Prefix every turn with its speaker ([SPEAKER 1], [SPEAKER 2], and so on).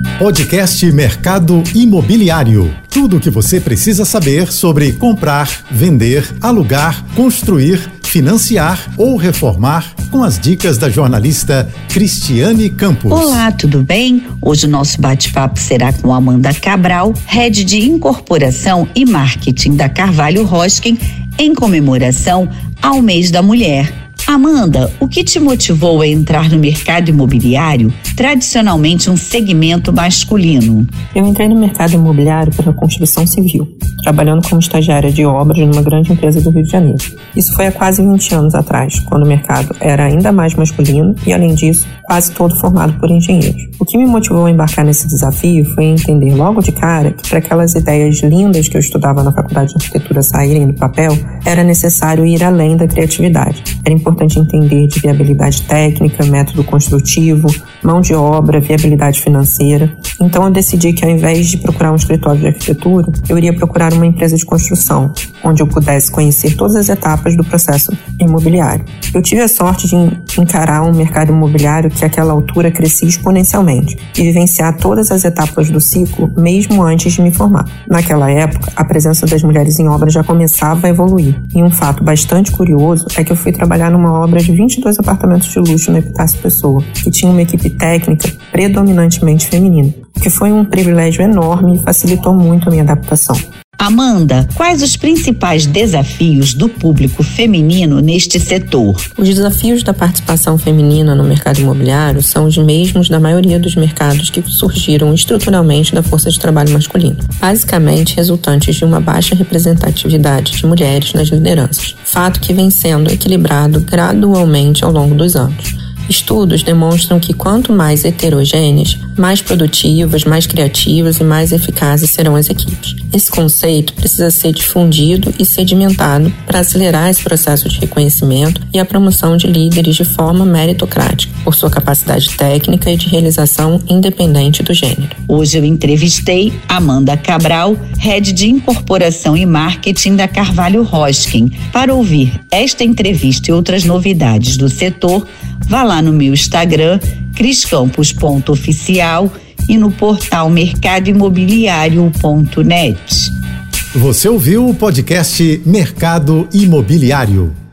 [SPEAKER 1] Podcast Mercado Imobiliário. Tudo o que você precisa saber sobre comprar, vender, alugar, construir, financiar ou reformar, com as dicas da jornalista Cristiane Campos.
[SPEAKER 2] Olá, tudo bem? Hoje o nosso bate-papo será com Amanda Cabral, Head de Incorporação e Marketing da Carvalho Hosking, em comemoração ao Mês da Mulher. Amanda, o que te motivou a entrar no mercado imobiliário, tradicionalmente um segmento masculino?
[SPEAKER 3] Eu entrei no mercado imobiliário pela construção civil, trabalhando como estagiária de obras numa grande empresa do Rio de Janeiro. Isso foi há quase 20 anos atrás, quando o mercado era ainda mais masculino e, além disso, quase todo formado por engenheiros. O que me motivou a embarcar nesse desafio foi entender logo de cara que, para aquelas ideias lindas que eu estudava na faculdade de arquitetura saírem do papel, era necessário ir além da criatividade. Era importante entender de viabilidade técnica, método construtivo, mão de obra, viabilidade financeira. Então eu decidi que, ao invés de procurar um escritório de arquitetura, eu iria procurar uma empresa de construção, onde eu pudesse conhecer todas as etapas do processo imobiliário. Eu tive a sorte de encarar um mercado imobiliário que àquela altura crescia exponencialmente e vivenciar todas as etapas do ciclo, mesmo antes de me formar. Naquela época, a presença das mulheres em obra já começava a evoluir. E um fato bastante curioso é que eu fui trabalhar numa obra de 22 apartamentos de luxo na Epitácio Pessoa, que tinha uma equipe técnica predominantemente feminina, o que foi um privilégio enorme e facilitou muito a minha adaptação.
[SPEAKER 2] Amanda, quais os principais desafios do público feminino neste setor?
[SPEAKER 3] Os desafios da participação feminina no mercado imobiliário são os mesmos da maioria dos mercados que surgiram estruturalmente da força de trabalho masculina, basicamente resultantes de uma baixa representatividade de mulheres nas lideranças, fato que vem sendo equilibrado gradualmente ao longo dos anos. Estudos demonstram que quanto mais heterogêneas, mais produtivas, mais criativas e mais eficazes serão as equipes. Esse conceito precisa ser difundido e sedimentado para acelerar esse processo de reconhecimento e a promoção de líderes de forma meritocrática, por sua capacidade técnica e de realização independente do gênero.
[SPEAKER 2] Hoje eu entrevistei Amanda Cabral, Head de Incorporação e Marketing da Carvalho Hosking. Para ouvir esta entrevista e outras novidades do setor, vá lá no meu Instagram, criscampos.oficial, e no portal mercadoimobiliario.net.
[SPEAKER 1] Você ouviu o podcast Mercado Imobiliário.